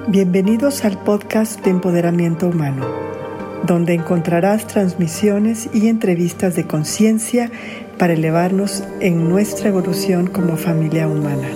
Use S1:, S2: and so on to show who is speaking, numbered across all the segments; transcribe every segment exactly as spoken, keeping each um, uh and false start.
S1: Bienvenidos al podcast de Empoderamiento Humano, donde encontrarás transmisiones y entrevistas de conciencia para elevarnos en nuestra evolución como familia humana.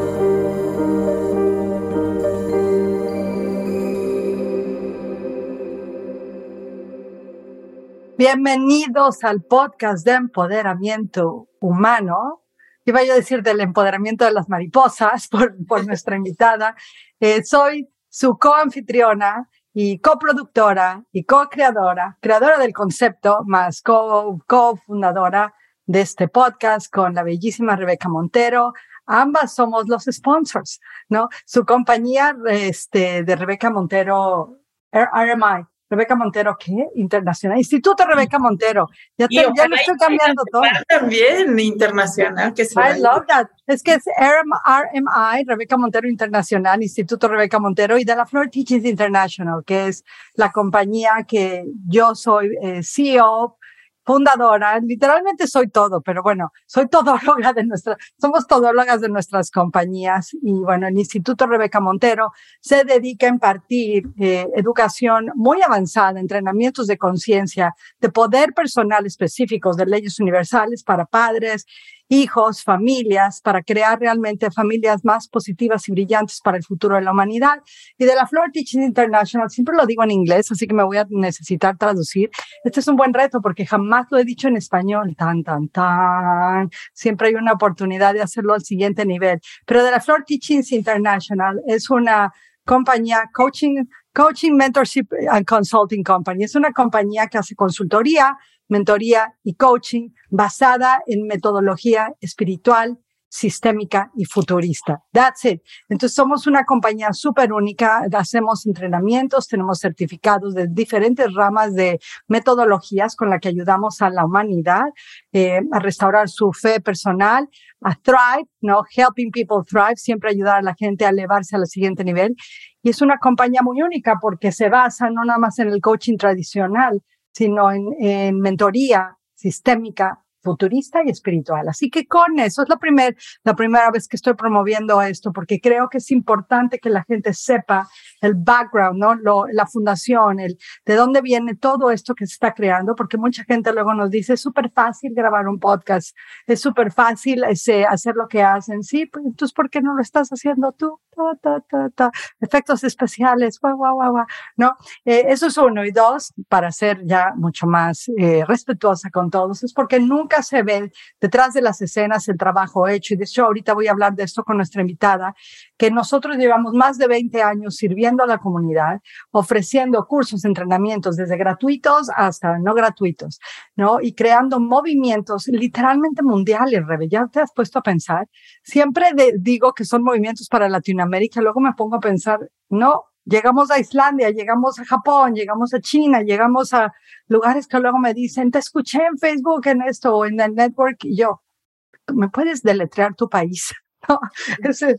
S2: Bienvenidos al podcast de Empoderamiento Humano. Iba yo a decir del empoderamiento de las mariposas por, por nuestra invitada. Eh, soy su coanfitriona y coproductora y co-creadora, creadora del concepto, más co, cofundadora de este podcast con la bellísima Rebeca Montero. Ambas somos los sponsors, ¿no? Su compañía este, de Rebeca Montero, R M I, Rebeca Montero, ¿qué? Internacional. Instituto Rebeca Montero. Ya, te, ya lo estoy cambiando todo.
S3: También internacional. Que se
S2: I love that. Es que es R M I, Rebeca Montero Internacional, Instituto Rebeca Montero, y de la Flor Teachings International, que es la compañía que yo soy eh, C E O, fundadora. Literalmente soy todo, pero bueno, soy todóloga de nuestra, somos todólogas de nuestras compañías. Y bueno, el Instituto Rebeca Montero se dedica a impartir eh, educación muy avanzada, entrenamientos de conciencia, de poder personal específicos, de leyes universales para padres, hijos, familias, para crear realmente familias más positivas y brillantes para el futuro de la humanidad. Y de la Flor Teachings International, siempre lo digo en inglés, así que me voy a necesitar traducir. Este es un buen reto porque jamás lo he dicho en español. Tan, tan, tan. Siempre hay una oportunidad de hacerlo al siguiente nivel. Pero de la Flor Teachings International es una compañía coaching, coaching, mentorship and consulting company. Es una compañía que hace consultoría, mentoría y coaching basada en metodología espiritual, sistémica y futurista. That's it. Entonces somos una compañía súper única, hacemos entrenamientos, tenemos certificados de diferentes ramas de metodologías con la que ayudamos a la humanidad eh, a restaurar su fe personal, a thrive, ¿no? Helping people thrive, siempre ayudar a la gente a elevarse al siguiente nivel. Y es una compañía muy única porque se basa no nada más en el coaching tradicional, sino en, en mentoría sistémica, futurista y espiritual. Así que con eso es la, primer, la primera vez que estoy promoviendo esto, porque creo que es importante que la gente sepa el background, ¿no? Lo, la fundación, el de dónde viene todo esto que se está creando, porque mucha gente luego nos dice, es súper fácil grabar un podcast, es súper fácil ese, hacer lo que hacen. Sí, pues entonces, ¿por qué no lo estás haciendo tú? Ta, ta, ta, ta. Efectos especiales, guau, guau, guau, guau. ¿No? Eh, eso es uno. Y dos, para ser ya mucho más eh, respetuosa con todos, es porque nunca se ve detrás de las escenas el trabajo hecho. Y de hecho, ahorita voy a hablar de esto con nuestra invitada, que nosotros llevamos más de veinte años sirviendo a la comunidad, ofreciendo cursos, entrenamientos, desde gratuitos hasta no gratuitos, ¿no? Y creando movimientos literalmente mundiales, Rebe. ¿Ya te has puesto a pensar? Siempre de, digo que son movimientos para Latinoamérica, luego me pongo a pensar, no, llegamos a Islandia, llegamos a Japón, llegamos a China, llegamos a lugares que luego me dicen, te escuché en Facebook en esto o en el network, y yo, ¿me puedes deletrear tu país? ¿No? Ese,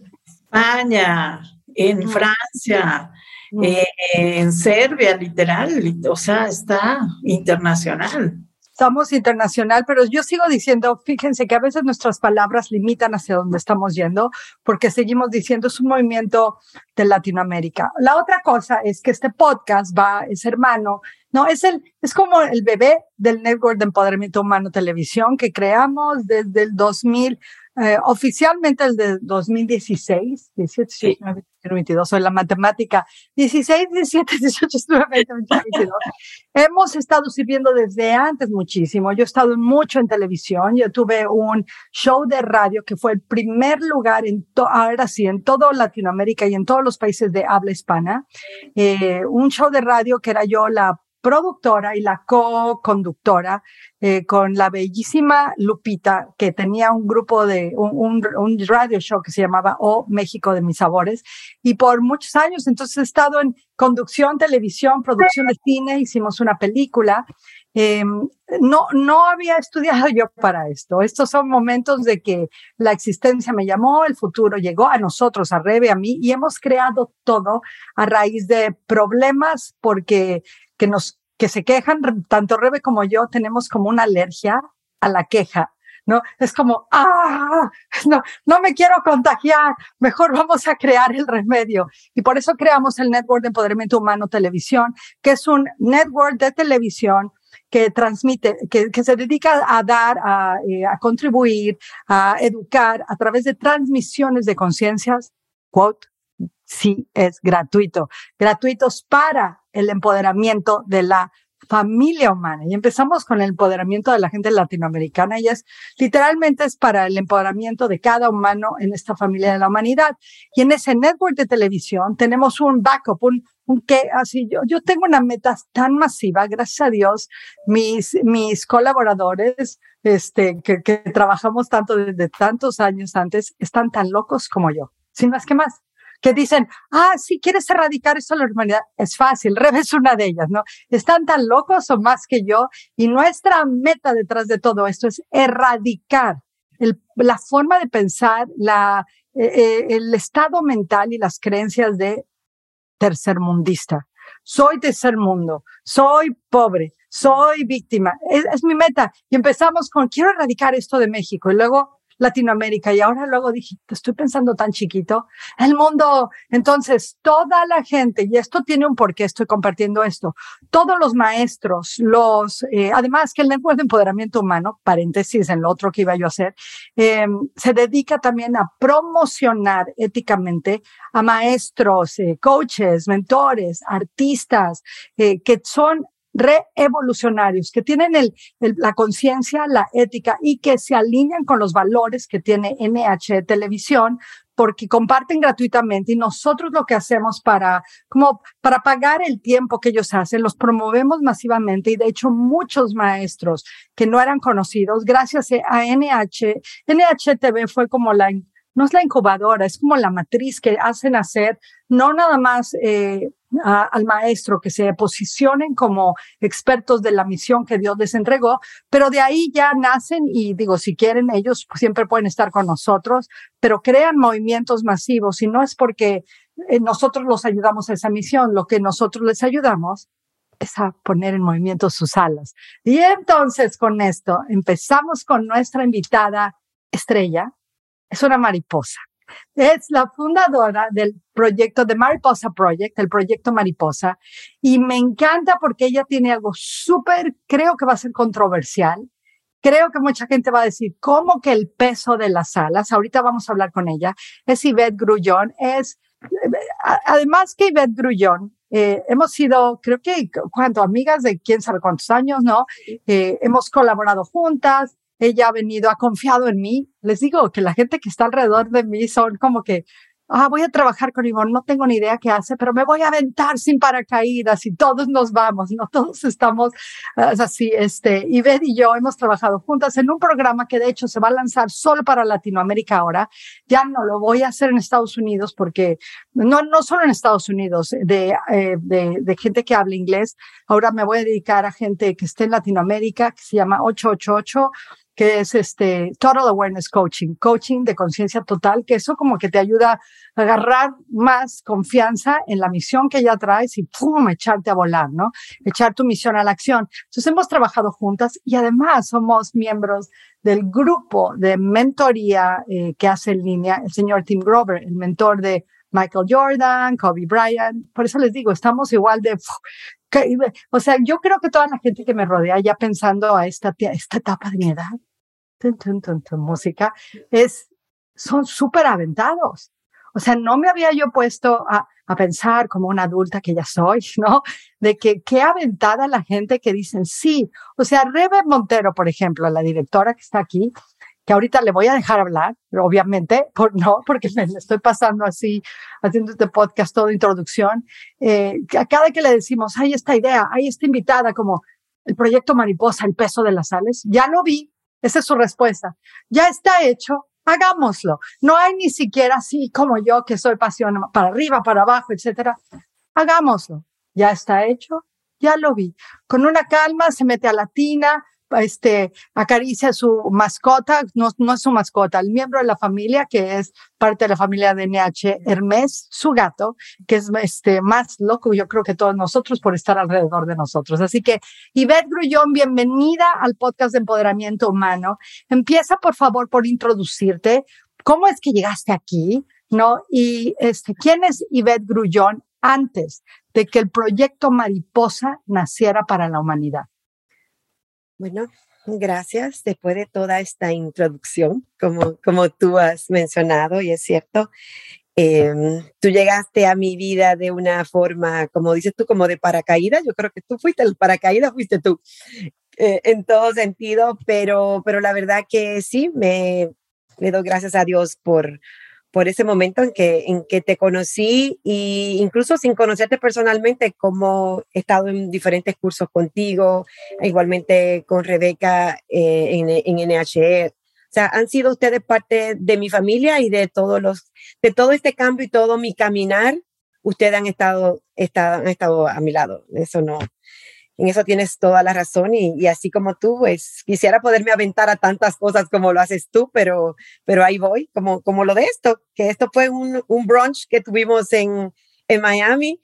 S3: España, en mm. Francia, mm. eh, en Serbia, literal, o sea, está internacional.
S2: Somos internacional, pero yo sigo diciendo, fíjense que a veces nuestras palabras limitan hacia donde estamos yendo, porque seguimos diciendo es un movimiento de Latinoamérica. La otra cosa es que este podcast va, es hermano, no, es el, es como el bebé del Network de Empoderamiento Humano Televisión que creamos desde el dos mil, eh, oficialmente el de dos mil dieciséis, diecisiete,
S3: sí.
S2: diecinueve, veintidós, soy la matemática, dieciséis, diecisiete, dieciocho, diecinueve, veinte, veintiuno, veintidós. Hemos estado sirviendo desde antes muchísimo. Yo he estado mucho en televisión. Yo tuve un show de radio que fue el primer lugar en to- ahora sí, en toda Latinoamérica y en todos los países de habla hispana. Eh, un show de radio que era yo la productora y la co-conductora eh, con la bellísima Lupita, que tenía un grupo de, un, un, un radio show que se llamaba O México de Mis Sabores, y por muchos años entonces he estado en conducción, televisión, producción de cine, hicimos una película. Eh, no, no había estudiado yo para esto. Estos son momentos de que la existencia me llamó, el futuro llegó a nosotros, a Rebe, a mí, y hemos creado todo a raíz de problemas porque que nos, que se quejan, tanto Rebe como yo tenemos como una alergia a la queja. ¿no? Es como, ah, no, no me quiero contagiar, mejor vamos a crear el remedio. Y por eso creamos el Network de Empoderamiento Humano Televisión, que es un network de televisión que transmite, que, que se dedica a dar, a, eh, a contribuir, a educar a través de transmisiones de conciencias, quote, sí es gratuito, gratuitos para el empoderamiento de la familia humana. Y empezamos con el empoderamiento de la gente latinoamericana y es literalmente es para el empoderamiento de cada humano en esta familia de la humanidad. Y en ese network de televisión tenemos un backup, un, un que así yo, yo tengo una meta tan masiva, gracias a Dios, mis, mis colaboradores, este, que, que trabajamos tanto desde tantos años antes, están tan locos como yo, sin más que más. Que dicen, ah, si quieres erradicar esto de la humanidad, es fácil, Rebe es una de ellas, ¿no? Están tan locos o más que yo, y nuestra meta detrás de todo esto es erradicar el, la forma de pensar, la, eh, el estado mental y las creencias de tercermundista. Soy tercer mundo, soy pobre, soy víctima, es, es mi meta. Y empezamos con, quiero erradicar esto de México, y luego Latinoamérica, y ahora luego dije, estoy pensando tan chiquito, el mundo, entonces toda la gente, y esto tiene un porqué, estoy compartiendo esto, todos los maestros, los, eh, además que el Network de Empoderamiento Humano, paréntesis en lo otro que iba yo a hacer, eh, se dedica también a promocionar éticamente a maestros, eh, coaches, mentores, artistas, eh, que son reevolucionarios, que tienen el, el, la conciencia, la ética y que se alinean con los valores que tiene N H Televisión, porque comparten gratuitamente y nosotros lo que hacemos para, como para pagar el tiempo que ellos hacen, los promovemos masivamente y de hecho muchos maestros que no eran conocidos, gracias a N H, N H T V fue como la, no es la incubadora, es como la matriz que hacen hacer, no nada más, eh, A, al maestro, que se posicionen como expertos de la misión que Dios les entregó, pero de ahí ya nacen y digo, si quieren, ellos siempre pueden estar con nosotros, pero crean movimientos masivos y no es porque eh, nosotros los ayudamos a esa misión, lo que nosotros les ayudamos es a poner en movimiento sus alas. Y entonces con esto empezamos con nuestra invitada estrella, es una mariposa. Es la fundadora del proyecto de Mariposa Project, el proyecto Mariposa, y me encanta porque ella tiene algo súper, creo que va a ser controversial. Creo que mucha gente va a decir, ¿cómo que el peso de las alas? Ahorita vamos a hablar con ella. Es Ivette Grullón. Es, además que Ivette Grullón, eh, hemos sido, creo que, ¿cuánto? Amigas de quién sabe cuántos años, ¿no? Eh, hemos colaborado juntas. Ella ha venido, ha confiado en mí. Les digo que la gente que está alrededor de mí son como que, ah, voy a trabajar con Ivonne, no tengo ni idea qué hace, pero me voy a aventar sin paracaídas y todos nos vamos, ¿no? Todos estamos uh, así, este, Ivette y yo hemos trabajado juntas en un programa que de hecho se va a lanzar solo para Latinoamérica ahora. Ya no lo voy a hacer en Estados Unidos porque, no, no solo en Estados Unidos, de, eh, de, de gente que habla inglés. Ahora me voy a dedicar a gente que esté en Latinoamérica, que se llama ocho ocho ocho, que es este Total Awareness Coaching, coaching de conciencia total, que eso como que te ayuda a agarrar más confianza en la misión que ya traes y ¡pum!, echarte a volar, ¿no? Echar tu misión a la acción. Entonces hemos trabajado juntas y además somos miembros del grupo de mentoría eh, que hace en línea el señor Tim Grover, el mentor de Michael Jordan, Kobe Bryant. Por eso les digo, estamos igual de... Que, o sea, yo creo que toda la gente que me rodea, ya pensando a esta, esta etapa de mi edad, tun, tun, tun, tun, música, es, son súper aventados. O sea, no me había yo puesto a, a pensar como una adulta que ya soy, ¿no? De que qué aventada la gente que dicen sí. O sea, Rebe Montero, por ejemplo, la directora que está aquí, que ahorita le voy a dejar hablar, obviamente, por, no, porque me, me estoy pasando así, haciendo este podcast, toda introducción. Eh, a cada que le decimos, hay esta idea, hay esta invitada, como el proyecto Mariposa, el peso de las sales, ya lo vi, esa es su respuesta. Ya está hecho, hagámoslo. No hay ni siquiera así como yo, que soy pasión para arriba, para abajo, etcétera. Hagámoslo. Ya está hecho, ya lo vi. Con una calma se mete a la tina, este, acaricia a su mascota, no, no es su mascota, el miembro de la familia, que es parte de la familia de N H, Hermes, su gato, que es este, más loco, yo creo que todos nosotros por estar alrededor de nosotros. Así que, Ivette Grullón, bienvenida al podcast de Empoderamiento Humano. Empieza, por favor, por introducirte. ¿Cómo es que llegaste aquí? ¿No? Y este, ¿quién es Ivette Grullón antes de que el proyecto Mariposa naciera para la humanidad?
S4: Bueno, gracias. Después de toda esta introducción, como, como tú has mencionado, y es cierto, eh, tú llegaste a mi vida de una forma, como dices tú, como de paracaídas. Yo creo que tú fuiste el paracaídas, fuiste tú, eh, en todo sentido, pero, pero la verdad que sí, me le doy gracias a Dios por por ese momento en que, en que te conocí, y incluso sin conocerte personalmente, como he estado en diferentes cursos contigo, igualmente con Rebeca eh, en, en N H E. O sea, han sido ustedes parte de mi familia y de todos los, de todo este cambio y todo mi caminar. Ustedes han estado, estado, han estado a mi lado. Eso no, en eso tienes toda la razón, y, y así como tú, pues quisiera poderme aventar a tantas cosas como lo haces tú, pero, pero ahí voy, como, como lo de esto, que esto fue un, un brunch que tuvimos en, en Miami,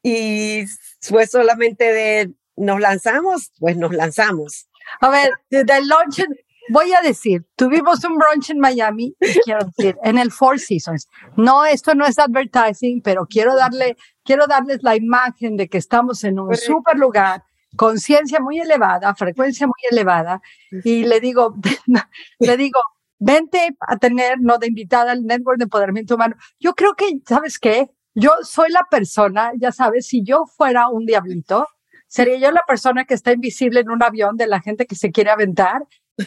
S4: y fue solamente de nos lanzamos, pues nos lanzamos.
S2: A ver, del lunch, voy a decir, tuvimos un brunch en Miami, quiero decir, en el Four Seasons. No, esto no es advertising, pero quiero darle, quiero darles la imagen de que estamos en un Correcto. Super lugar, conciencia muy elevada, frecuencia muy elevada, y le digo, le digo, vente a tener, no de invitada al Network de Empoderamiento Humano. Yo creo que, ¿sabes qué? Yo soy la persona, ya sabes, si yo fuera un diablito, sería yo la persona que está invisible en un avión de la gente que se quiere aventar,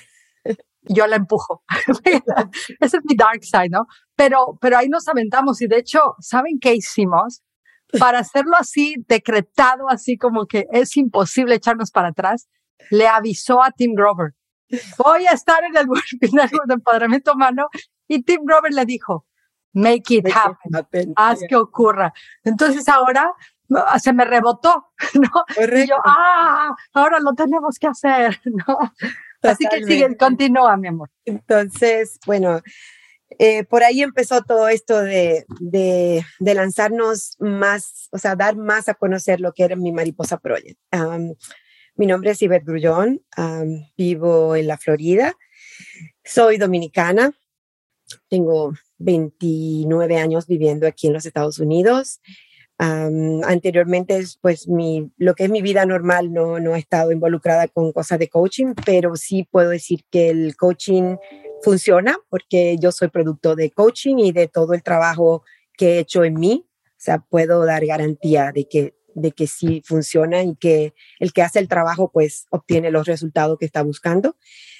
S2: yo la empujo. Ese es mi dark side, ¿no? Pero, pero ahí nos aventamos, y de hecho, ¿saben qué hicimos? Para hacerlo así, decretado, así como que es imposible echarnos para atrás, le avisó a Tim Grover, voy a estar en el webinar de Empoderamiento Humano, y Tim Grover le dijo, make it make happen, it happen. haz yeah. que ocurra. Entonces ahora se me rebotó, ¿no? Correcto. Y yo, ah, ahora lo tenemos que hacer, ¿no? Totalmente. Así que sigue, continúa, mi amor.
S4: Entonces, bueno, Eh, por ahí empezó todo esto de, de, de lanzarnos más, o sea, dar más a conocer lo que era mi Mariposa Project. Um, mi nombre es Ivette Grullón, um, vivo en la Florida, soy dominicana, tengo veintinueve años viviendo aquí en los Estados Unidos. Um, anteriormente, pues mi, lo que es mi vida normal no, no he estado involucrada con cosas de coaching, pero sí puedo decir que el coaching funciona porque yo soy producto de coaching y de todo el trabajo que he hecho en mí. O sea, puedo dar garantía de que, de que sí funciona, y que el que hace el trabajo pues obtiene los resultados que está buscando.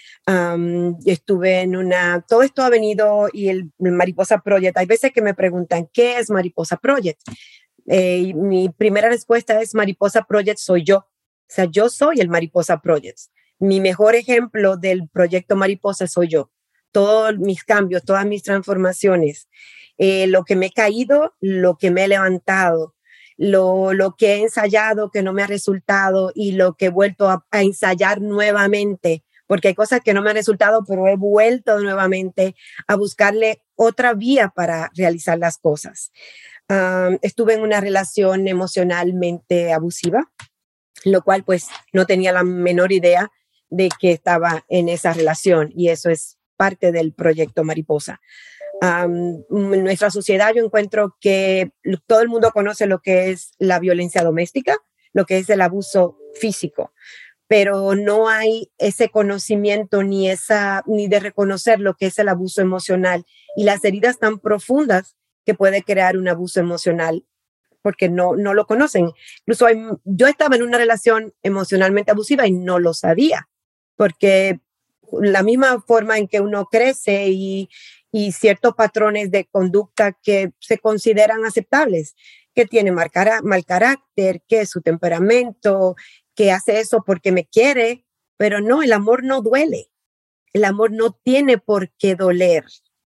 S4: Um, estuve en una, todo esto ha venido, y el, el Mariposa Project, hay veces que me preguntan, ¿qué es Mariposa Project? Eh, mi primera respuesta es, Mariposa Project soy yo. O sea, yo soy el Mariposa Project. Mi mejor ejemplo del proyecto Mariposa soy yo. Todos mis cambios, todas mis transformaciones, eh, lo que me he caído, lo que me he levantado, lo, lo que he ensayado que no me ha resultado, y lo que he vuelto a, a ensayar nuevamente, porque hay cosas que no me han resultado, pero he vuelto nuevamente a buscarle otra vía para realizar las cosas. Um, estuve en una relación emocionalmente abusiva, lo cual pues no tenía la menor idea de que estaba en esa relación, y eso es parte del proyecto Mariposa. Um, en nuestra sociedad yo encuentro que todo el mundo conoce lo que es la violencia doméstica, lo que es el abuso físico, pero no hay ese conocimiento ni, esa, ni de reconocer lo que es el abuso emocional y las heridas tan profundas que puede crear un abuso emocional, porque no, no lo conocen. Incluso hay, yo estaba en una relación emocionalmente abusiva y no lo sabía, porque la misma forma en que uno crece y, y ciertos patrones de conducta que se consideran aceptables, que tiene mal, cara, mal carácter, que es su temperamento, que hace eso porque me quiere, pero no, el amor no duele. El amor no tiene por qué doler.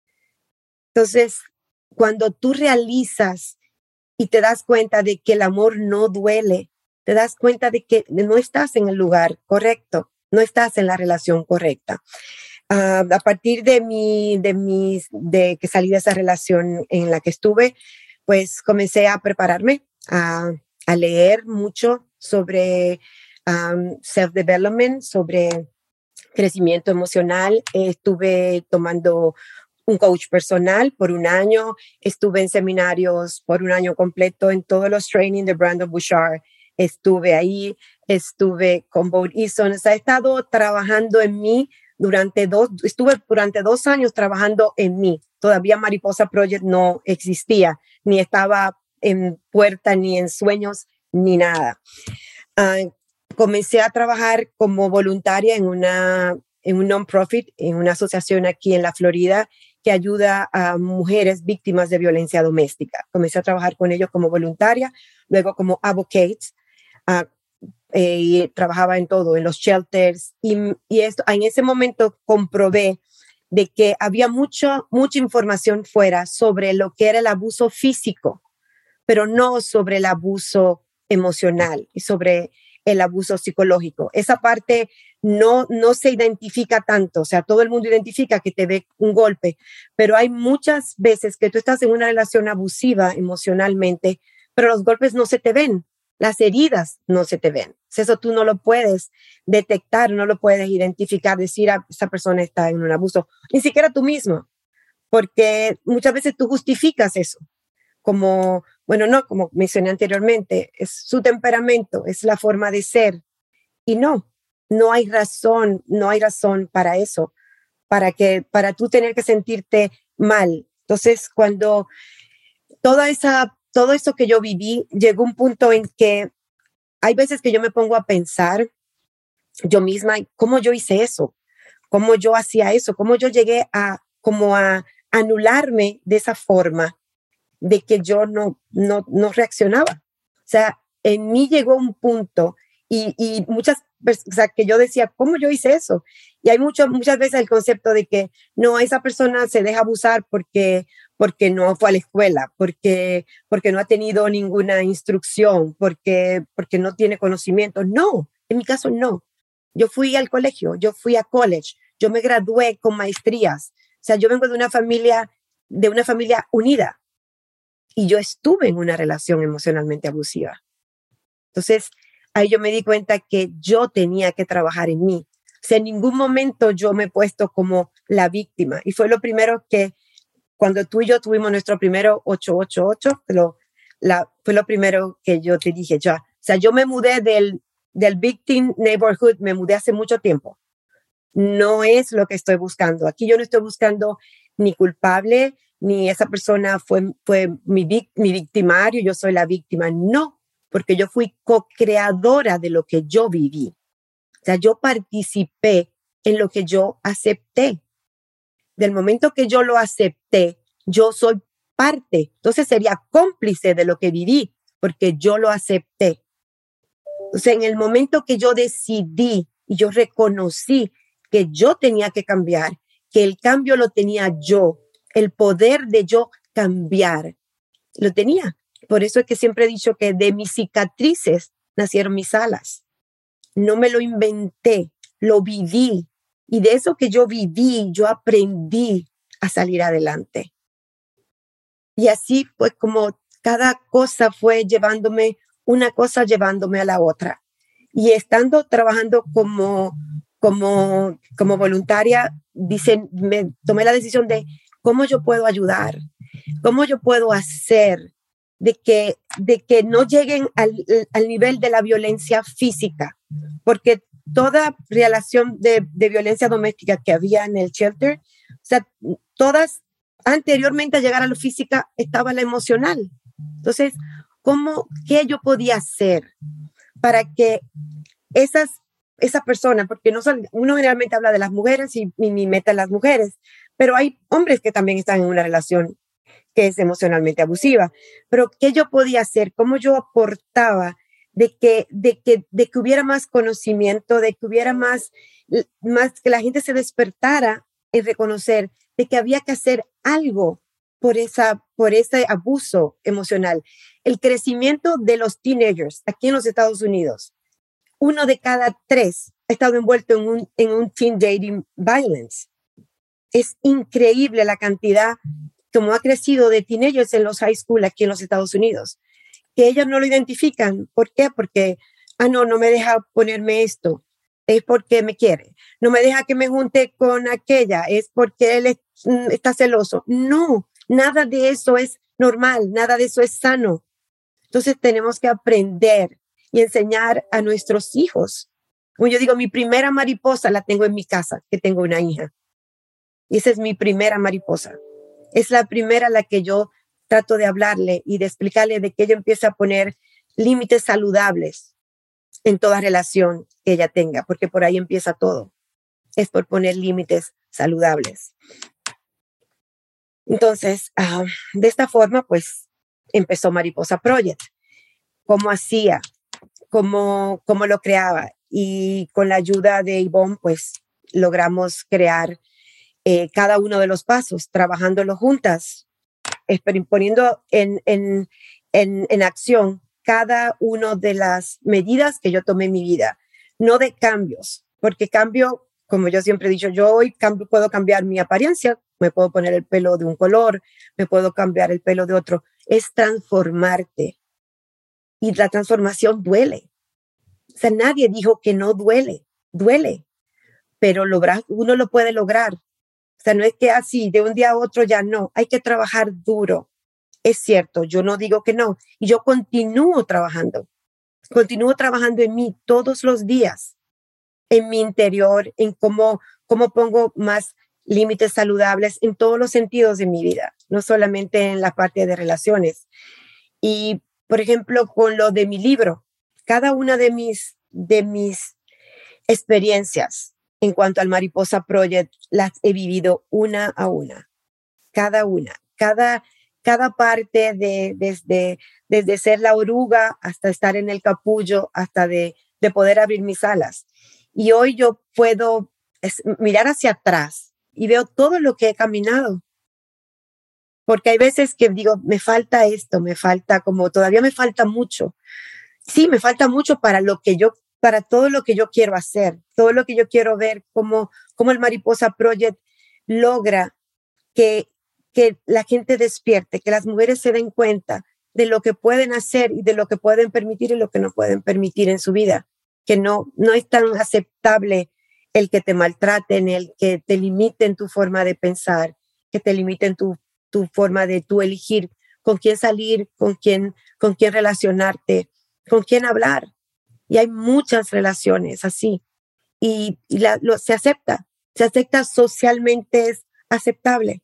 S4: Entonces, cuando tú realizas y te das cuenta de que el amor no duele, te das cuenta de que no estás en el lugar correcto. no estás en la relación correcta. Uh, a partir de, mi, de, mis, de que salí de esa relación en la que estuve, pues comencé a prepararme, a, a leer mucho sobre um, self-development, sobre crecimiento emocional. Estuve tomando un coach personal por un año, estuve en seminarios por un año completo, en todos los trainings de Brandon Bouchard, estuve ahí, estuve con Bo Eason, o sea, he estado trabajando en mí durante dos, estuve durante dos años trabajando en mí. Todavía Mariposa Project no existía, ni estaba en puerta, ni en sueños, ni nada. Uh, comencé a trabajar como voluntaria en una en un non-profit, en una asociación aquí en la Florida que ayuda a mujeres víctimas de violencia doméstica. Comencé a trabajar con ellos como voluntaria, luego como advocate, uh, eh, y trabajaba en todo, en los shelters, y, y esto, en ese momento comprobé de que había mucho, mucha información fuera sobre lo que era el abuso físico, pero no sobre el abuso emocional y sobre el abuso psicológico. Esa parte no, no se identifica tanto, o sea, todo el mundo identifica que te ve un golpe, pero hay muchas veces que tú estás en una relación abusiva emocionalmente, pero los golpes no se te ven, las heridas no se te ven. Eso tú no lo puedes detectar, no lo puedes identificar, decir, ah, esa persona está en un abuso, ni siquiera tú mismo, porque muchas veces tú justificas eso. Como, bueno, no, como mencioné anteriormente, es su temperamento, es la forma de ser. Y no, no hay razón, no hay razón para eso, para que, para tú tener que sentirte mal. Entonces, cuando toda esa, todo eso que yo viví, llegó un punto en que hay veces que yo me pongo a pensar yo misma, ¿cómo yo hice eso? ¿Cómo yo hacía eso? ¿Cómo yo llegué a, como a anularme de esa forma? De que yo no, no, no reaccionaba. O sea, en mí llegó un punto y, y muchas veces, o sea, que yo decía, ¿cómo yo hice eso? Y hay mucho, muchas veces el concepto de que no, esa persona se deja abusar porque, porque no fue a la escuela, porque, porque no ha tenido ninguna instrucción, porque, porque no tiene conocimiento. No, en mi caso no. Yo fui al colegio, yo fui a college, yo me gradué con maestrías. O sea, yo vengo de una familia, de una familia unida. Y yo estuve en una relación emocionalmente abusiva. Entonces, ahí yo me di cuenta que yo tenía que trabajar en mí. O sea, en ningún momento yo me he puesto como la víctima. Y fue lo primero que, cuando tú y yo tuvimos nuestro primero ocho ocho ocho, lo, la, fue lo primero que yo te dije ya. O sea, yo me mudé del, del victim neighborhood, me mudé hace mucho tiempo. No es lo que estoy buscando. Aquí yo no estoy buscando ni culpable, ni esa persona fue, fue mi, mi victimario, yo soy la víctima. No, porque yo fui co-creadora de lo que yo viví. O sea, yo participé en lo que yo acepté. Del momento que yo lo acepté, yo soy parte. Entonces sería cómplice de lo que viví, porque yo lo acepté. O sea, en el momento que yo decidí y yo reconocí que yo tenía que cambiar, que el cambio lo tenía yo, el poder de yo cambiar, lo tenía. Por eso es que siempre he dicho que de mis cicatrices nacieron mis alas. No me lo inventé, lo viví. Y de eso que yo viví, yo aprendí a salir adelante. Y así pues como cada cosa fue llevándome, una cosa llevándome a la otra. Y estando trabajando como, como, como voluntaria, dicen, me tomé la decisión de cómo yo puedo ayudar, cómo yo puedo hacer de que, de que no lleguen al, al nivel de la violencia física, porque toda relación de, de violencia doméstica que había en el shelter, o sea, todas anteriormente a llegar a lo física estaba la emocional. Entonces, ¿cómo, qué yo podía hacer para que esas, esa persona, porque no son, uno generalmente habla de las mujeres y, y mi meta es las mujeres, pero hay hombres que también están en una relación que es emocionalmente abusiva, pero ¿qué yo podía hacer? ¿Cómo yo aportaba de que, de que, de que hubiera más conocimiento, de que hubiera más, más, que la gente se despertara en reconocer de que había que hacer algo por, esa, por ese abuso emocional? El crecimiento de los teenagers aquí en los Estados Unidos, uno de cada tres estado envuelto en un, en un teen dating violence. Es increíble la cantidad como ha crecido de teenagers en los high school aquí en los Estados Unidos, que ellos no lo identifican. ¿Por qué? Porque, ah, no, no me deja ponerme esto, es porque me quiere. No me deja que me junte con aquella, es porque él es, mm, está celoso. No, nada de eso es normal, nada de eso es sano. Entonces tenemos que aprender y enseñar a nuestros hijos. Como yo digo, mi primera mariposa la tengo en mi casa, que tengo una hija. Y esa es mi primera mariposa. Es la primera a la que yo trato de hablarle y de explicarle de que ella empiece a poner límites saludables en toda relación que ella tenga, porque por ahí empieza todo. Es por poner límites saludables. Entonces, uh, de esta forma, pues, empezó Mariposa Project. ¿Cómo hacía? ¿Cómo, cómo lo creaba? Y con la ayuda de Ivonne, pues, logramos crear eh, cada uno de los pasos, trabajándolo juntas, poniendo en, en, en, en acción cada una de las medidas que yo tomé en mi vida, no de cambios, porque cambio, como yo siempre he dicho, yo hoy cambio, puedo cambiar mi apariencia, me puedo poner el pelo de un color, me puedo cambiar el pelo de otro, es transformarte. Y la transformación duele. O sea, nadie dijo que no duele, duele, pero lograr, uno lo puede lograr. O sea, no es que así, de un día a otro ya no, hay que trabajar duro. Es cierto, yo no digo que no, y yo continúo trabajando, continúo trabajando en mí todos los días, en mi interior, en cómo, cómo pongo más límites saludables en todos los sentidos de mi vida, no solamente en la parte de relaciones. Y, por ejemplo, con lo de mi libro, cada una de mis, de mis experiencias en cuanto al Mariposa Project, las he vivido una a una, cada una, cada, cada parte de, desde, desde ser la oruga hasta estar en el capullo, hasta de, de poder abrir mis alas. Y hoy yo puedo es, mirar hacia atrás y veo todo lo que he caminado. Porque hay veces que digo, me falta esto, me falta como, todavía me falta mucho. Sí, me falta mucho para lo que yo, para todo lo que yo quiero hacer, todo lo que yo quiero ver, cómo, cómo el Mariposa Project logra que, que la gente despierte, que las mujeres se den cuenta de lo que pueden hacer y de lo que pueden permitir y lo que no pueden permitir en su vida, que no, no es tan aceptable el que te maltraten, el que te limiten tu forma de pensar, que te limiten tu, tu forma de tú elegir con quién salir, con quién, con quién relacionarte, con quién hablar. Y hay muchas relaciones así. Y, y la, lo, se acepta, se acepta socialmente, es aceptable.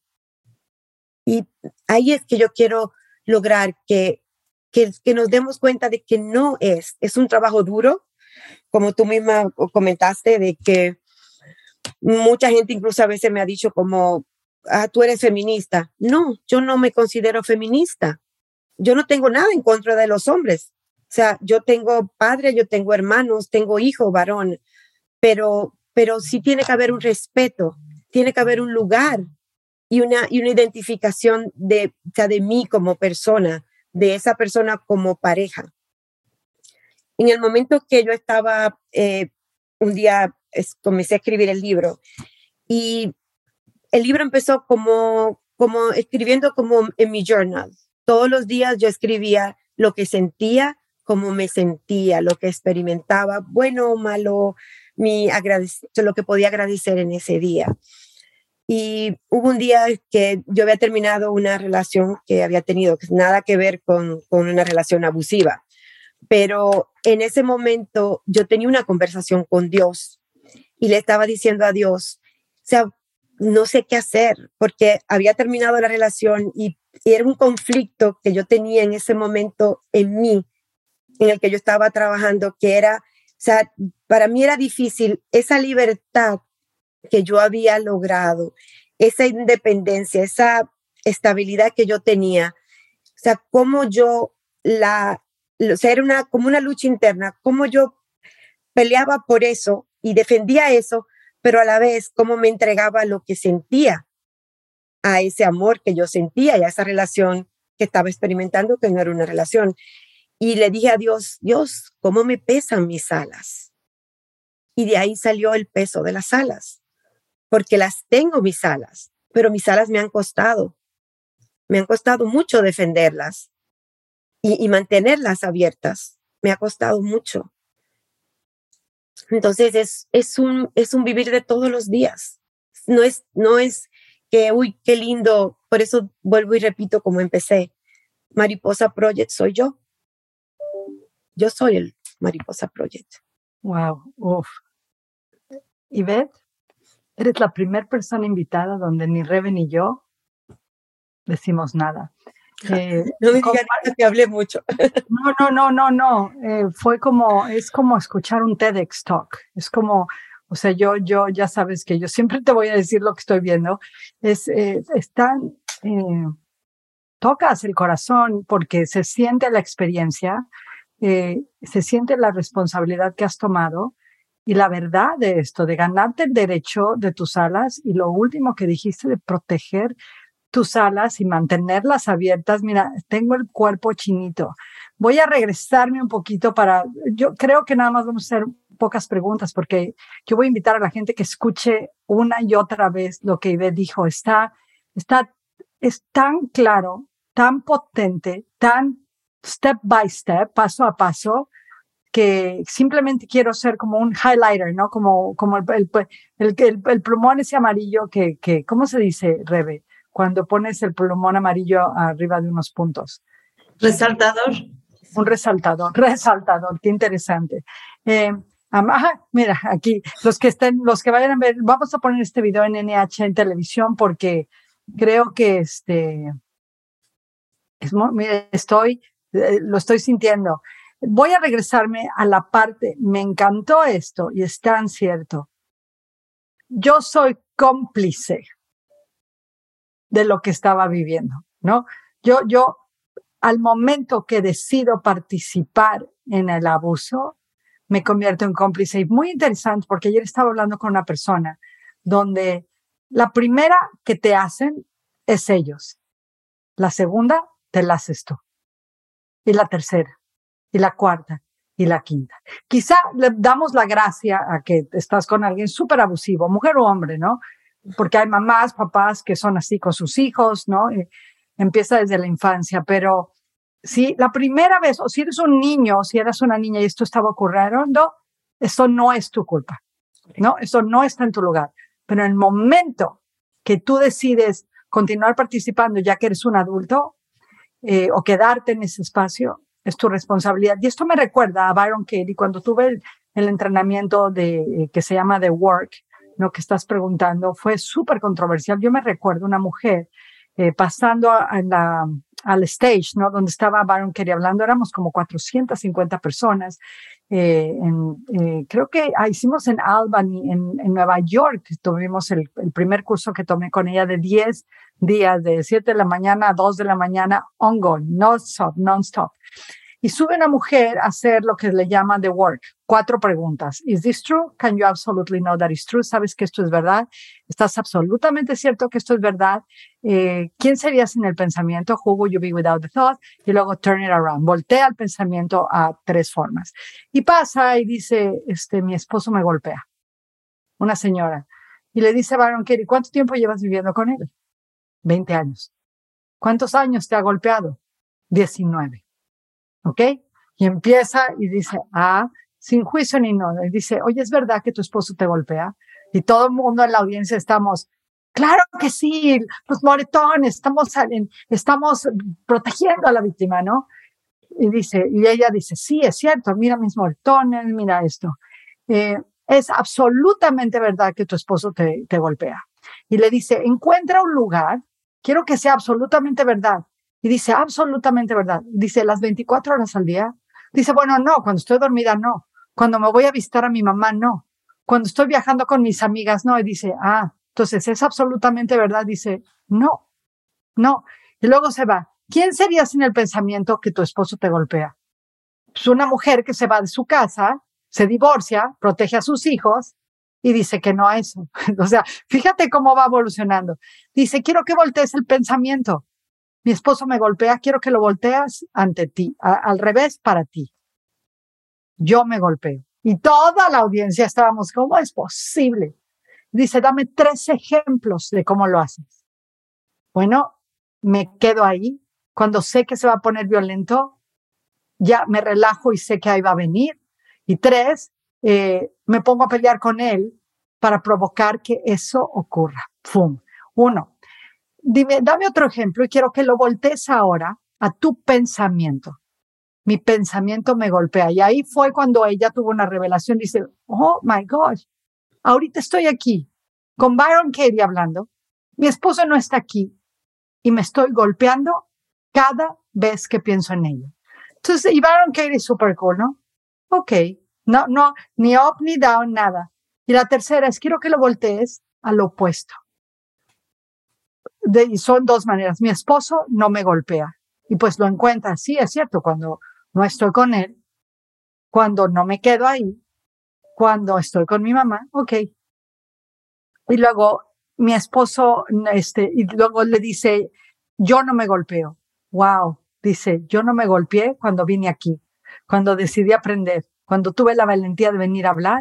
S4: Y ahí es que yo quiero lograr que, que, que nos demos cuenta de que no es, es un trabajo duro, como tú misma comentaste, de que mucha gente incluso a veces me ha dicho como, ah, tú eres feminista. No, yo no me considero feminista. Yo no tengo nada en contra de los hombres. O sea, yo tengo padre, yo tengo hermanos, tengo hijo varón, pero, pero sí tiene que haber un respeto, tiene que haber un lugar y una, y una identificación de, o sea, de mí como persona, de esa persona como pareja. En el momento que yo estaba, eh, un día es, comencé a escribir el libro y el libro empezó como, como escribiendo como en mi journal. Todos los días yo escribía lo que sentía, cómo me sentía, lo que experimentaba, bueno o malo, mi agradec- lo que podía agradecer en ese día. Y hubo un día que yo había terminado una relación que había tenido nada que ver con, con una relación abusiva, pero en ese momento yo tenía una conversación con Dios y le estaba diciendo a Dios, o sea, no sé qué hacer, porque había terminado la relación y, y era un conflicto que yo tenía en ese momento en mí, en el que yo estaba trabajando, que era, o sea, para mí era difícil esa libertad que yo había logrado, esa independencia, esa estabilidad que yo tenía, o sea, cómo yo la, o sea, era una, como una lucha interna, cómo yo peleaba por eso y defendía eso, pero a la vez cómo me entregaba lo que sentía a ese amor que yo sentía y a esa relación que estaba experimentando, que no era una relación. Y le dije a Dios, Dios, ¿cómo me pesan mis alas? Y de ahí salió el peso de las alas, porque las tengo mis alas, pero mis alas me han costado. Me han costado mucho defenderlas y, y mantenerlas abiertas. Me ha costado mucho. Entonces es, es, un, es un vivir de todos los días. No es, no es que, uy, qué lindo. Por eso vuelvo y repito como empecé. Mariposa Project soy yo. Yo soy el Mariposa Project.
S2: Wow, uf. Ivette, eres la primera persona invitada donde ni Rebe ni yo decimos nada.
S4: Eh, no me digas que hablé mucho.
S2: No, no, no, no, no. Eh, fue como, es como escuchar un TEDx Talk. Es como, o sea, yo, yo, ya sabes que yo siempre te voy a decir lo que estoy viendo. Es, eh, es tan, eh, tocas el corazón porque se siente la experiencia, eh, se siente la responsabilidad que has tomado y la verdad de esto, de ganarte el derecho de tus alas y lo último que dijiste de proteger tus alas y mantenerlas abiertas. Mira, tengo el cuerpo chinito. Voy a regresarme un poquito para, yo creo que nada más vamos a hacer pocas preguntas porque yo voy a invitar a la gente que escuche una y otra vez lo que Ivette dijo. Está, está, es tan claro, tan potente, tan step by step, paso a paso, que simplemente quiero ser como un highlighter, ¿no? Como, como el, el, el, el, el plumón ese amarillo que, que, ¿cómo se dice, Rebe? Cuando pones el plumón amarillo arriba de unos puntos.
S3: Resaltador.
S2: Un resaltador, resaltador, qué interesante. Eh, ajá, mira, aquí, los que estén, los que vayan a ver, vamos a poner este video en N H en televisión porque creo que este, es, mira, estoy, eh, lo estoy sintiendo. Voy a regresarme a la parte, me encantó esto y es tan cierto. Yo soy cómplice de lo que estaba viviendo, ¿no? Yo, yo, al momento que decido participar en el abuso, me convierto en cómplice. Y muy interesante, porque ayer estaba hablando con una persona donde la primera que te hacen es ellos. La segunda te la haces tú. Y la tercera, y la cuarta, y la quinta. Quizá le damos la gracia a que estás con alguien súper abusivo, mujer o hombre, ¿no? Porque hay mamás, papás que son así con sus hijos, ¿no? Eh, empieza desde la infancia, pero si la primera vez, o si eres un niño, o si eras una niña y esto estaba ocurriendo, esto no es tu culpa, ¿no? Esto no está en tu lugar. Pero en el momento que tú decides continuar participando ya que eres un adulto, eh, o quedarte en ese espacio, es tu responsabilidad. Y esto me recuerda a Byron Katie cuando tuve el, el entrenamiento de, eh, que se llama The Work, ¿no? Que estás preguntando, fue súper controversial. Yo me recuerdo una mujer eh, pasando a, a la, al stage, ¿no? Donde estaba Byron Katie hablando, éramos como cuatrocientas cincuenta personas. Eh, en, eh, creo que ah, hicimos en Albany, en, en Nueva York, tuvimos el, el primer curso que tomé con ella de diez días, de siete de la mañana a dos de la mañana, ongoing, non-stop, non-stop. Y sube una mujer a hacer lo que le llaman The Work. Cuatro preguntas. Is this true? Can you absolutely know that is true? ¿Sabes que esto es verdad? ¿Estás absolutamente cierto que esto es verdad? Eh, ¿Quién sería sin el pensamiento? Who would you be without the thought? Y luego turn it around. Voltea el pensamiento a tres formas. Y pasa y dice, este, mi esposo me golpea. Una señora. Y le dice a Byron Katie, ¿cuánto tiempo llevas viviendo con él? veinte años. ¿Cuántos años te ha golpeado? diecinueve. ¿Ok? Y empieza y dice, ah, sin juicio ni nada. Y dice, oye, ¿es verdad que tu esposo te golpea? Y todo el mundo en la audiencia estamos, claro que sí, los moretones, estamos, estamos protegiendo a la víctima, ¿no? Y dice, y ella dice, sí, es cierto, mira mis moretones, mira esto. Eh, es absolutamente verdad que tu esposo te, te golpea. Y le dice, encuentra un lugar, quiero que sea absolutamente verdad. Y dice, absolutamente verdad. Dice, las veinticuatro horas al día. Dice, bueno, no, cuando estoy dormida, no. Cuando me voy a visitar a mi mamá, no. Cuando estoy viajando con mis amigas, no. Y dice, ah, entonces es absolutamente verdad. Dice, no, no. Y luego se va. ¿Quién sería sin el pensamiento que tu esposo te golpea? Pues una mujer que se va de su casa, se divorcia, protege a sus hijos y dice que no a eso. O sea, fíjate cómo va evolucionando. Dice, quiero que voltees el pensamiento. Mi esposo me golpea, quiero que lo volteas ante ti, a, al revés para ti. Yo me golpeo. Y toda la audiencia estábamos, ¿cómo es posible? Dice, dame tres ejemplos de cómo lo haces. Bueno, me quedo ahí. Cuando sé que se va a poner violento, ya me relajo y sé que ahí va a venir. Y tres, eh, me pongo a pelear con él para provocar que eso ocurra. ¡Fum! Uno, dime, dame otro ejemplo y quiero que lo voltees ahora a tu pensamiento. Mi pensamiento me golpea. Y ahí fue cuando ella tuvo una revelación. Dice, oh my gosh, ahorita estoy aquí con Byron Katie hablando. Mi esposo no está aquí y me estoy golpeando cada vez que pienso en ella. Entonces, y Byron Katie es súper cool, ¿no? Ok, no, no, ni up ni down, nada. Y la tercera es, quiero que lo voltees al opuesto. De, y son dos maneras. Mi esposo no me golpea. Y pues lo encuentra. Sí, es cierto, cuando no estoy con él, cuando no me quedo ahí, cuando estoy con mi mamá, ok. Y luego mi esposo, este, y luego le dice, yo no me golpeo. Wow, dice, yo no me golpeé cuando vine aquí, cuando decidí aprender, cuando tuve la valentía de venir a hablar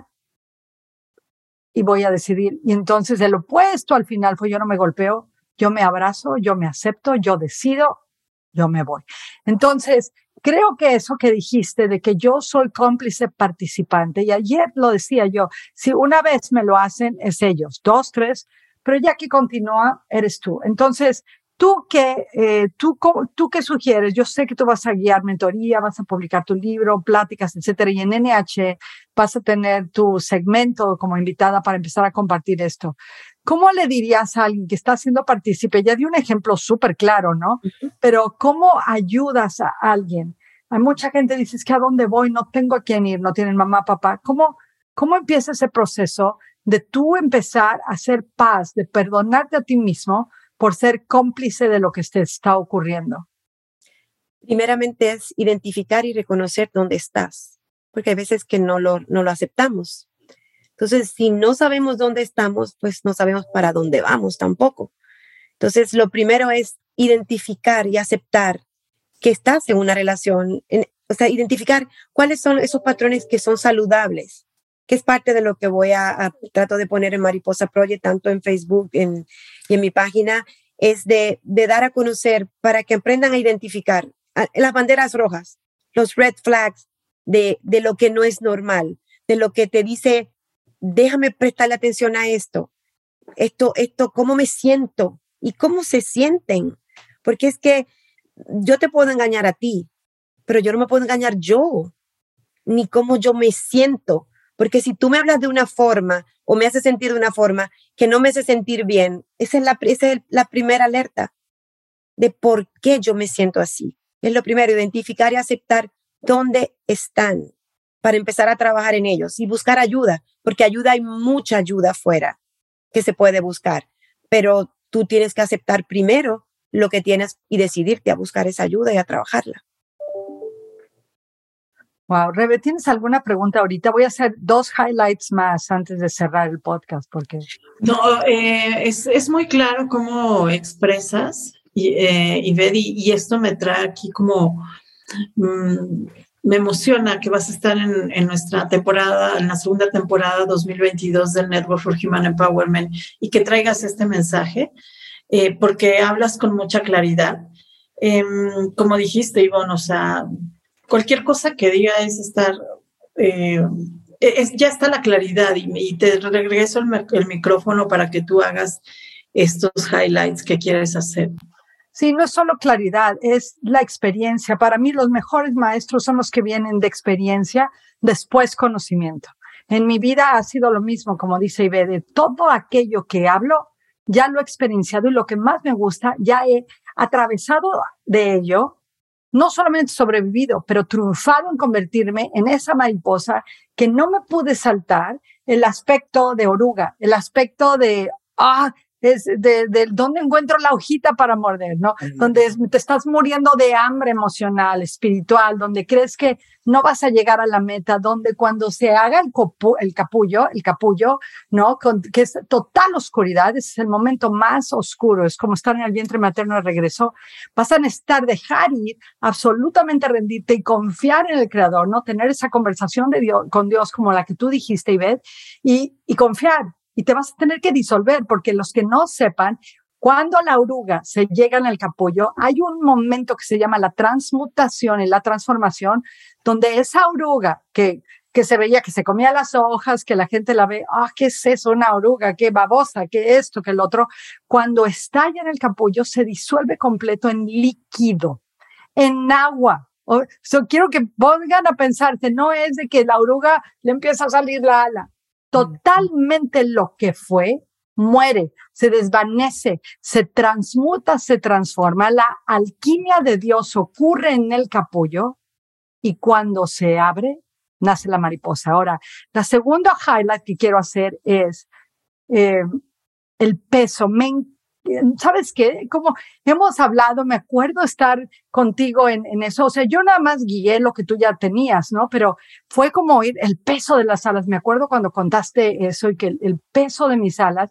S2: y voy a decidir. Y entonces el opuesto al final fue yo no me golpeo, yo me abrazo, yo me acepto, yo decido, yo me voy. Entonces, creo que eso que dijiste de que yo soy cómplice participante, y ayer lo decía yo, si una vez me lo hacen, es ellos, dos, tres, pero ya que continúa, eres tú. Entonces, ¿tú qué, eh, tú, tú qué sugieres? Yo sé que tú vas a guiar mentoría, vas a publicar tu libro, pláticas, etcétera, y en N H vas a tener tu segmento como invitada para empezar a compartir esto. ¿Cómo le dirías a alguien que está siendo partícipe? Ya di un ejemplo súper claro, ¿no? Uh-huh. Pero ¿cómo ayudas a alguien? Hay mucha gente que dice, es que ¿a dónde voy? No tengo a quién ir, no tienen mamá, papá. ¿Cómo, cómo empieza ese proceso de tú empezar a hacer paz, de perdonarte a ti mismo por ser cómplice de lo que te está ocurriendo?
S4: Primeramente es identificar y reconocer dónde estás, porque hay veces que no lo, no lo aceptamos. Entonces, si no sabemos dónde estamos, pues no sabemos para dónde vamos tampoco. Entonces, lo primero es identificar y aceptar que estás en una relación, en, o sea, identificar cuáles son esos patrones que son saludables, que es parte de lo que voy a, a trato de poner en Mariposa Project, tanto en Facebook en, y en mi página, es de, de dar a conocer para que aprendan a identificar a, las banderas rojas, los red flags de, de lo que no es normal, de lo que te dice, déjame prestarle atención a esto, esto, esto, cómo me siento y cómo se sienten, porque es que yo te puedo engañar a ti, pero yo no me puedo engañar yo, ni cómo yo me siento, porque si tú me hablas de una forma o me haces sentir de una forma que no me hace sentir bien, esa es la, esa es la primera alerta de por qué yo me siento así. Es lo primero, identificar y aceptar dónde están para empezar a trabajar en ellos y buscar ayuda, porque ayuda hay mucha ayuda afuera que se puede buscar, pero tú tienes que aceptar primero lo que tienes y decidirte a buscar esa ayuda y a trabajarla.
S2: Wow, Rebe, ¿tienes alguna pregunta ahorita? Voy a hacer dos highlights más antes de cerrar el podcast, porque...
S3: No, eh, es, es muy claro cómo expresas, y, eh, Ivedi, y esto me trae aquí como... Mmm, me emociona que vas a estar en, en nuestra temporada, en la segunda temporada dos mil veintidós del Network for Human Empowerment y que traigas este mensaje, eh, porque hablas con mucha claridad. Eh, como dijiste, Ivonne, o sea, cualquier cosa que diga es estar, eh, es, ya está la claridad y, y te regreso el, el micrófono para que tú hagas estos highlights que quieres hacer.
S2: Sí, no es solo claridad, es la experiencia. Para mí los mejores maestros son los que vienen de experiencia, después conocimiento. En mi vida ha sido lo mismo, como dice Ivede, todo aquello que hablo ya lo he experienciado y lo que más me gusta, ya he atravesado de ello, no solamente sobrevivido, pero triunfado en convertirme en esa mariposa que no me pude saltar el aspecto de oruga, el aspecto de, ah, es de, de dónde encuentro la hojita para morder, ¿no? Uh-huh. Donde es, te estás muriendo de hambre emocional, espiritual, donde crees que no vas a llegar a la meta, donde cuando se haga el, copu, el capullo, el capullo, ¿no? Con, que es total oscuridad, ese es el momento más oscuro, es como estar en el vientre materno de regreso, vas a necesitar dejar ir, absolutamente rendirte y confiar en el Creador, ¿no? Tener esa conversación de Dios, con Dios como la que tú dijiste, Ivette, y, y confiar. Y te vas a tener que disolver, porque los que no sepan, cuando la oruga se llega en el capullo, hay un momento que se llama la transmutación y la transformación, donde esa oruga que, que se veía que se comía las hojas, que la gente la ve, ah, oh, ¿qué es eso? Una oruga, qué babosa, qué esto, qué el otro. Cuando estalla en el capullo, se disuelve completo en líquido, en agua. O, so, quiero que pongan a pensarse, no es de que la oruga le empieza a salir la ala. Totalmente lo que fue, muere, se desvanece, se transmuta, se transforma. La alquimia de Dios ocurre en el capullo y cuando se abre, nace la mariposa. Ahora, la segunda highlight que quiero hacer es eh, el peso. Me ¿Sabes qué? Como hemos hablado, me acuerdo estar contigo en, en eso. O sea, yo nada más guié lo que tú ya tenías, ¿no? Pero fue como oír el peso de las alas. Me acuerdo cuando contaste eso y que el, el peso de mis alas.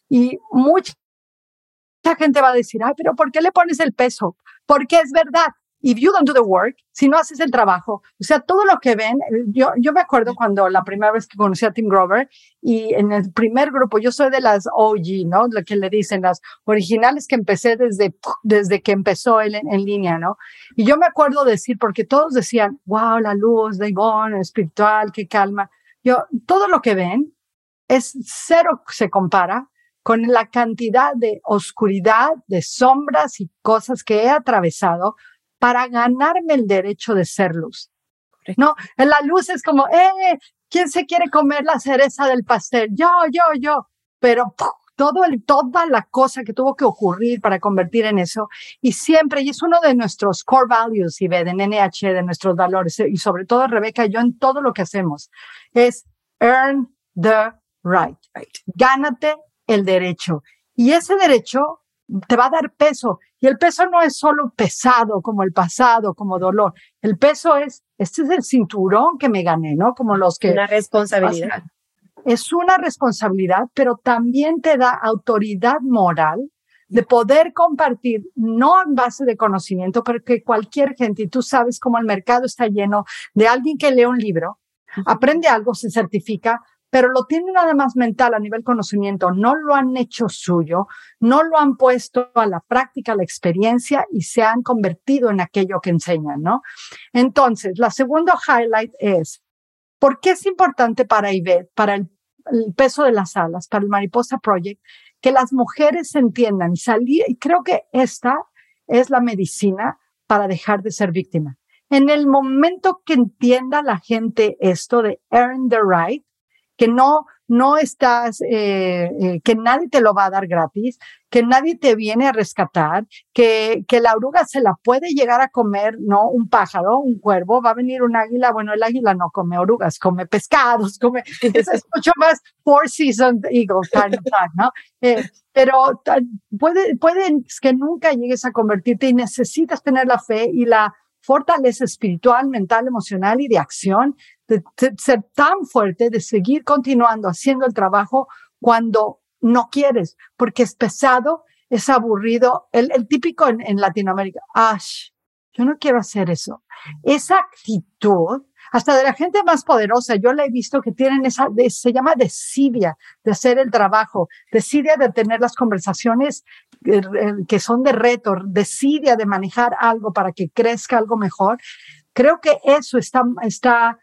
S2: Y mucha, mucha gente va a decir, ay, pero ¿por qué le pones el peso? Porque es verdad. If you don't do the work, si no haces el trabajo, o sea, todo lo que ven, yo, yo me acuerdo cuando la primera vez que conocí a Tim Grover y en el primer grupo, yo soy de las O G, ¿no? Lo que le dicen, las originales que empecé desde, desde que empezó él en, en línea, ¿no? Y yo me acuerdo decir, porque todos decían, wow, la luz de Ivonne, espiritual, qué calma. Yo, todo lo que ven es cero, se compara con la cantidad de oscuridad, de sombras y cosas que he atravesado para ganarme el derecho de ser luz. No, la luz es como, eh, ¿quién se quiere comer la cereza del pastel? Yo, yo, yo. Pero ¡puf! todo el, toda la cosa que tuvo que ocurrir para convertir en eso. Y siempre, y es uno de nuestros core values, Ivette, en N H, de nuestros valores, y sobre todo Rebeca y yo en todo lo que hacemos, es earn the right. Gánate el derecho. Y ese derecho te va a dar peso. Y el peso no es solo pesado como el pasado, como dolor. El peso es, este es el cinturón que me gané, ¿no? Como los que...
S4: Una responsabilidad.
S2: Es una responsabilidad, pero también te da autoridad moral de poder compartir, no en base de conocimiento, pero que cualquier gente, y tú sabes cómo el mercado está lleno de alguien que lee un libro, aprende algo, se certifica, pero lo tienen nada más mental a nivel conocimiento, no lo han hecho suyo, no lo han puesto a la práctica, a la experiencia y se han convertido en aquello que enseñan, ¿no? Entonces, la segunda highlight es, ¿por qué es importante para Ivette, para el, el peso de las alas, para el Mariposa Project, que las mujeres entiendan y salir? Y creo que esta es la medicina para dejar de ser víctima. En el momento que entienda la gente esto de earn the right, que no, no estás, eh, eh, que nadie te lo va a dar gratis, que nadie te viene a rescatar, que, que la oruga se la puede llegar a comer, ¿no? Un pájaro, un cuervo, va a venir un águila, bueno, el águila no come orugas, come pescados, come, es, es mucho más four seasoned eagle kind of thing, ¿no? Eh, pero puede, puede que nunca llegues a convertirte y necesitas tener la fe y la fortaleza espiritual, mental, emocional y de acción, de, de ser tan fuerte, de seguir continuando haciendo el trabajo cuando no quieres, porque es pesado, es aburrido. El, el típico en, en Latinoamérica, ¡ah! Yo no quiero hacer eso. Esa actitud, hasta de la gente más poderosa, yo la he visto que tienen esa, de, se llama desidia de hacer el trabajo, desidia de tener las conversaciones eh, que son de reto, desidia de manejar algo para que crezca algo mejor. Creo que eso está, está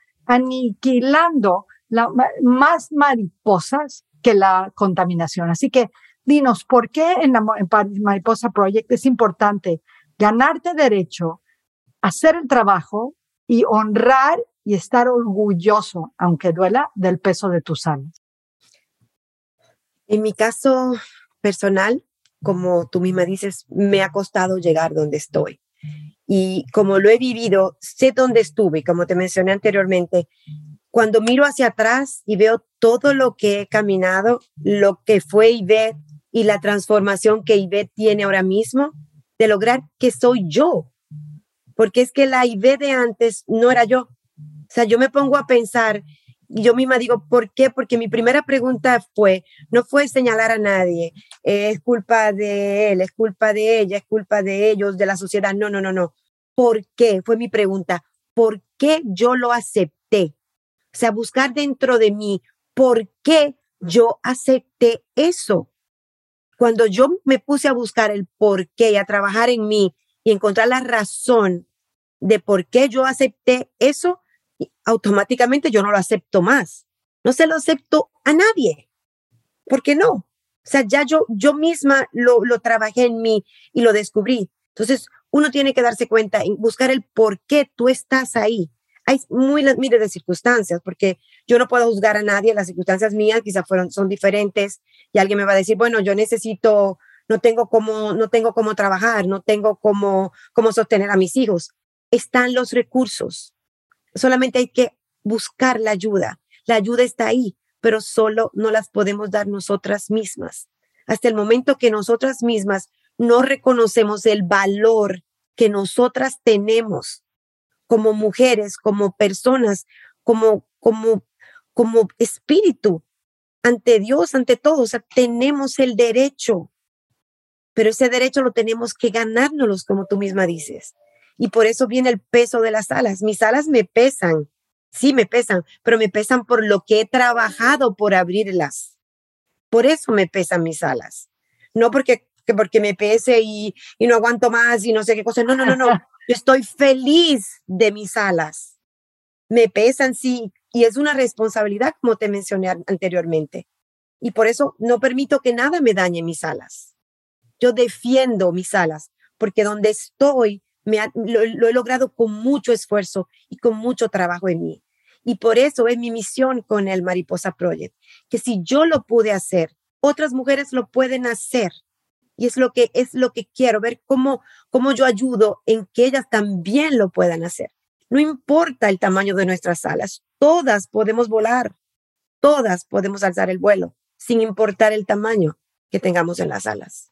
S2: aniquilando la, más mariposas que la contaminación. Así que dinos, ¿por qué en la en Mariposa Project es importante ganarte derecho, hacer el trabajo y honrar y estar orgulloso, aunque duela, del peso de tus alas?
S4: En mi caso personal, como tú misma dices, me ha costado llegar donde estoy. Y como lo he vivido, sé dónde estuve, como te mencioné anteriormente. Cuando miro hacia atrás y veo todo lo que he caminado, lo que fue Ivette y la transformación que Ivette tiene ahora mismo de lograr que soy yo. Porque es que la Ivette de antes no era yo. O sea, yo me pongo a pensar y yo misma digo, ¿por qué? Porque mi primera pregunta fue, no fue señalar a nadie, eh, es culpa de él, es culpa de ella, es culpa de ellos, de la sociedad. No, no, no, no. ¿Por qué? Fue mi pregunta. ¿Por qué yo lo acepté? O sea, buscar dentro de mí, ¿por qué yo acepté eso? Cuando yo me puse a buscar el por qué y a trabajar en mí y encontrar la razón de por qué yo acepté eso, automáticamente yo no lo acepto más. No se lo acepto a nadie. ¿Por qué no? O sea, ya yo, yo misma lo, lo trabajé en mí y lo descubrí. Entonces, uno tiene que darse cuenta y buscar el por qué tú estás ahí. Hay muy miles de circunstancias, porque yo no puedo juzgar a nadie. Las circunstancias mías quizás fueron, son diferentes y alguien me va a decir, bueno, yo necesito, no tengo cómo, no tengo cómo trabajar, no tengo cómo, cómo sostener a mis hijos. Están los recursos. Solamente hay que buscar la ayuda. La ayuda está ahí, pero solo no las podemos dar nosotras mismas. Hasta el momento que nosotras mismas no reconocemos el valor que nosotras tenemos como mujeres, como personas, como, como, como espíritu, ante Dios, ante todo. O sea, tenemos el derecho, pero ese derecho lo tenemos que ganárnoslos, como tú misma dices. Y por eso viene el peso de las alas. Mis alas me pesan, sí me pesan, pero me pesan por lo que he trabajado por abrirlas. Por eso me pesan mis alas. No porque, que porque me pese y, y no aguanto más y no sé qué cosa. No, no, no, no. Yo estoy feliz de mis alas. Me pesan, sí, y es una responsabilidad, como te mencioné anteriormente. Y por eso no permito que nada me dañe mis alas. Yo defiendo mis alas, porque donde estoy, Me ha, lo, lo he logrado con mucho esfuerzo y con mucho trabajo en mí. Y por eso es mi misión con el Mariposa Project, que si yo lo pude hacer, otras mujeres lo pueden hacer. Y es lo que, es lo que quiero, ver cómo, cómo yo ayudo en que ellas también lo puedan hacer. No importa el tamaño de nuestras alas, todas podemos volar, todas podemos alzar el vuelo, sin importar el tamaño que tengamos en las alas.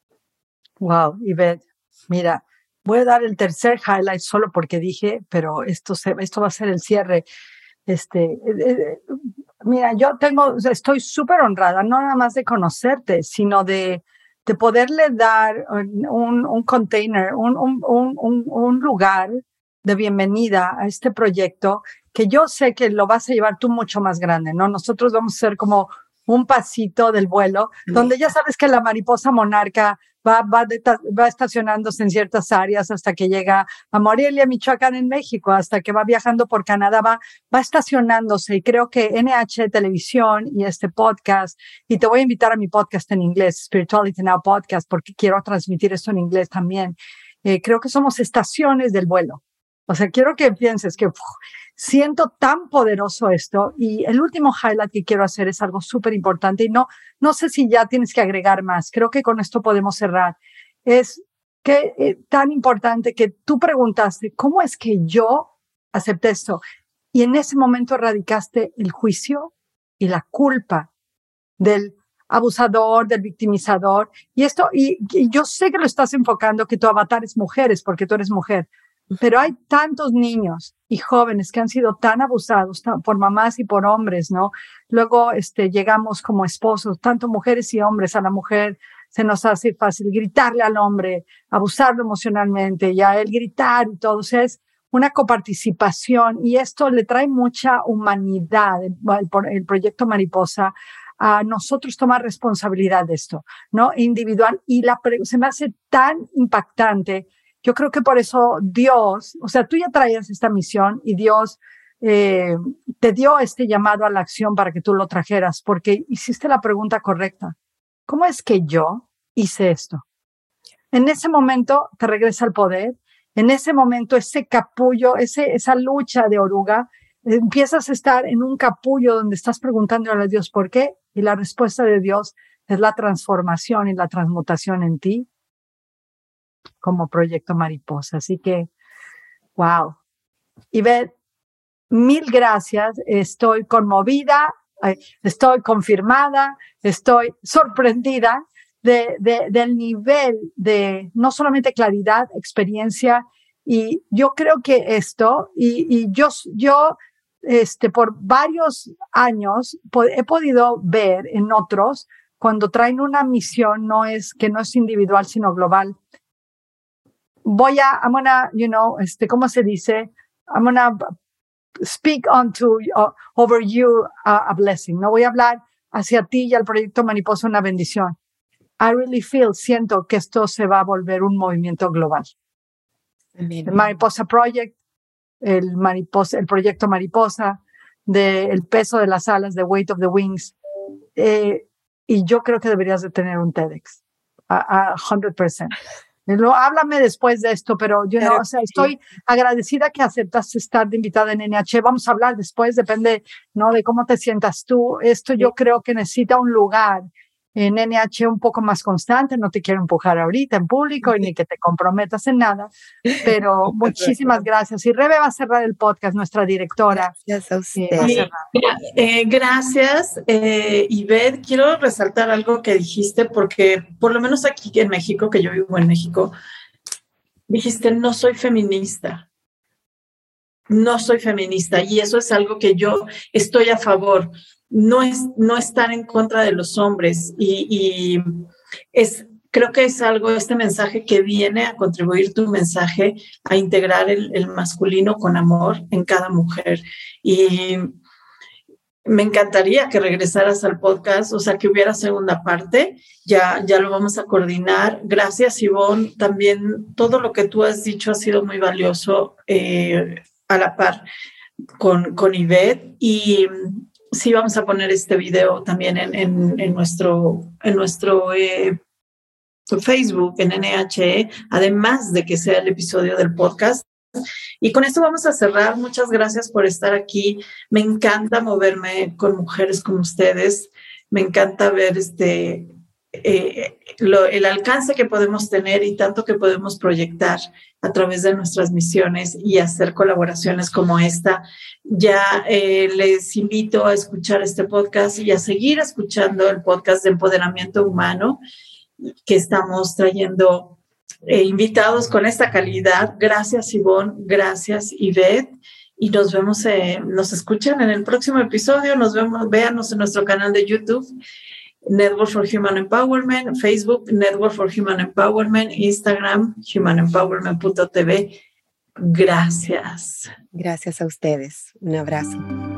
S2: Wow, Ivette, mira, voy a dar el tercer highlight solo porque dije, pero esto, se, esto va a ser el cierre. Este, eh, eh, mira, yo tengo, estoy súper honrada, no nada más de conocerte, sino de, de poderle dar un, un container, un, un, un, un lugar de bienvenida a este proyecto que yo sé que lo vas a llevar tú mucho más grande, ¿no? Nosotros vamos a ser como un pasito del vuelo, donde ya sabes que la mariposa monarca va, va, de, va estacionándose en ciertas áreas hasta que llega a Morelia, Michoacán, en México, hasta que va viajando por Canadá, va, va estacionándose. Y creo que N H Televisión y este podcast, y te voy a invitar a mi podcast en inglés, Spirituality Now Podcast, porque quiero transmitir esto en inglés también. Eh, creo que somos estaciones del vuelo. O sea, quiero que pienses que uf, siento tan poderoso esto. Y el último highlight que quiero hacer es algo súper importante. Y no, no sé si ya tienes que agregar más. Creo que con esto podemos cerrar. Es que eh, tan importante que tú preguntaste, ¿cómo es que yo acepté esto? Y en ese momento erradicaste el juicio y la culpa del abusador, del victimizador. Y esto, y, y yo sé que lo estás enfocando, que tu avatar es mujeres, porque tú eres mujer. Pero hay tantos niños y jóvenes que han sido tan abusados por mamás y por hombres, ¿no? Luego, este, llegamos como esposos, tanto mujeres y hombres. A la mujer se nos hace fácil gritarle al hombre, abusarlo emocionalmente y a él gritar y todo. O sea, es una coparticipación y esto le trae mucha humanidad, el, el proyecto Mariposa, a nosotros tomar responsabilidad de esto, ¿no? Individual. Y la, se me hace tan impactante. Yo creo que por eso Dios, o sea, tú ya traías esta misión y Dios eh, te dio este llamado a la acción para que tú lo trajeras, porque hiciste la pregunta correcta. ¿Cómo es que yo hice esto? En ese momento te regresa el poder, en ese momento ese capullo, ese, esa lucha de oruga, empiezas a estar en un capullo donde estás preguntándole a Dios por qué, y la respuesta de Dios es la transformación y la transmutación en ti como proyecto Mariposa. Así que, wow. Ivette, mil gracias. Estoy conmovida, estoy confirmada, estoy sorprendida de, de, del nivel de no solamente claridad, experiencia, y yo creo que esto, y, y yo, yo este, por varios años po- he podido ver en otros, cuando traen una misión no es, que no es individual, sino global. Voy a, I'm gonna, you know, este, ¿cómo se dice? I'm gonna speak onto, uh, over you uh, a blessing. No voy a hablar hacia ti y al proyecto Mariposa una bendición. I really feel, siento que esto se va a volver un movimiento global.
S4: Amén.
S2: El Mariposa Project, el mariposa, el proyecto Mariposa, de el peso de las alas, the weight of the wings. Eh, y yo creo que deberías de tener un TEDx, a, a hundred percent. No, háblame después de esto, pero yo
S4: Claro
S2: no, o sea,
S4: que
S2: estoy
S4: sí.
S2: agradecida que aceptaste estar de invitada en N H. Vamos a hablar después, depende, ¿no? De cómo te sientas tú. Esto yo creo que necesita un lugar en N H un poco más constante. No te quiero empujar ahorita en público y ni que te comprometas en nada, pero muchísimas gracias. Y Rebe va a cerrar el podcast, nuestra directora.
S4: Gracias a
S2: eh, va a
S4: usted.
S2: cerrar.
S3: Eh, gracias, eh, Ivette. Quiero resaltar algo que dijiste, porque por lo menos aquí en México, que yo vivo en México, dijiste, no soy feminista. No soy feminista, y eso es algo que yo estoy a favor. No es no estar en contra de los hombres, y, y es creo que es algo, este mensaje que viene a contribuir, tu mensaje, a integrar el, el masculino con amor en cada mujer. Y me encantaría que regresaras al podcast, o sea, que hubiera segunda parte. Ya, ya lo vamos a coordinar. Gracias, Ivonne. También todo lo que tú has dicho ha sido muy valioso, eh, a la par con, con Ivette. Y sí, vamos a poner este video también en, en, en nuestro, en nuestro eh, Facebook, en N H E, además de que sea el episodio del podcast. Y con esto vamos a cerrar. Muchas gracias por estar aquí. Me encanta moverme con mujeres como ustedes. Me encanta ver este, eh, lo, el alcance que podemos tener y tanto que podemos proyectar a través de nuestras misiones y hacer colaboraciones como esta. Ya eh, les invito a escuchar este podcast y a seguir escuchando el podcast de Empoderamiento Humano, que estamos trayendo eh, invitados con esta calidad. Gracias, Ivonne. Gracias, Ivette. Y nos vemos, eh, nos escuchan en el próximo episodio. Nos vemos, véanos en nuestro canal de YouTube, Network for Human Empowerment, Facebook, Network for Human Empowerment, Instagram, human empowerment punto t v. Gracias.
S4: Gracias a ustedes. Un abrazo.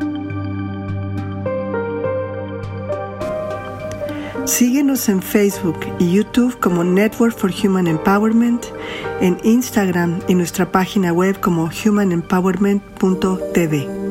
S1: Síguenos en Facebook y YouTube como Network for Human Empowerment, en Instagram y nuestra página web como human empowerment punto t v.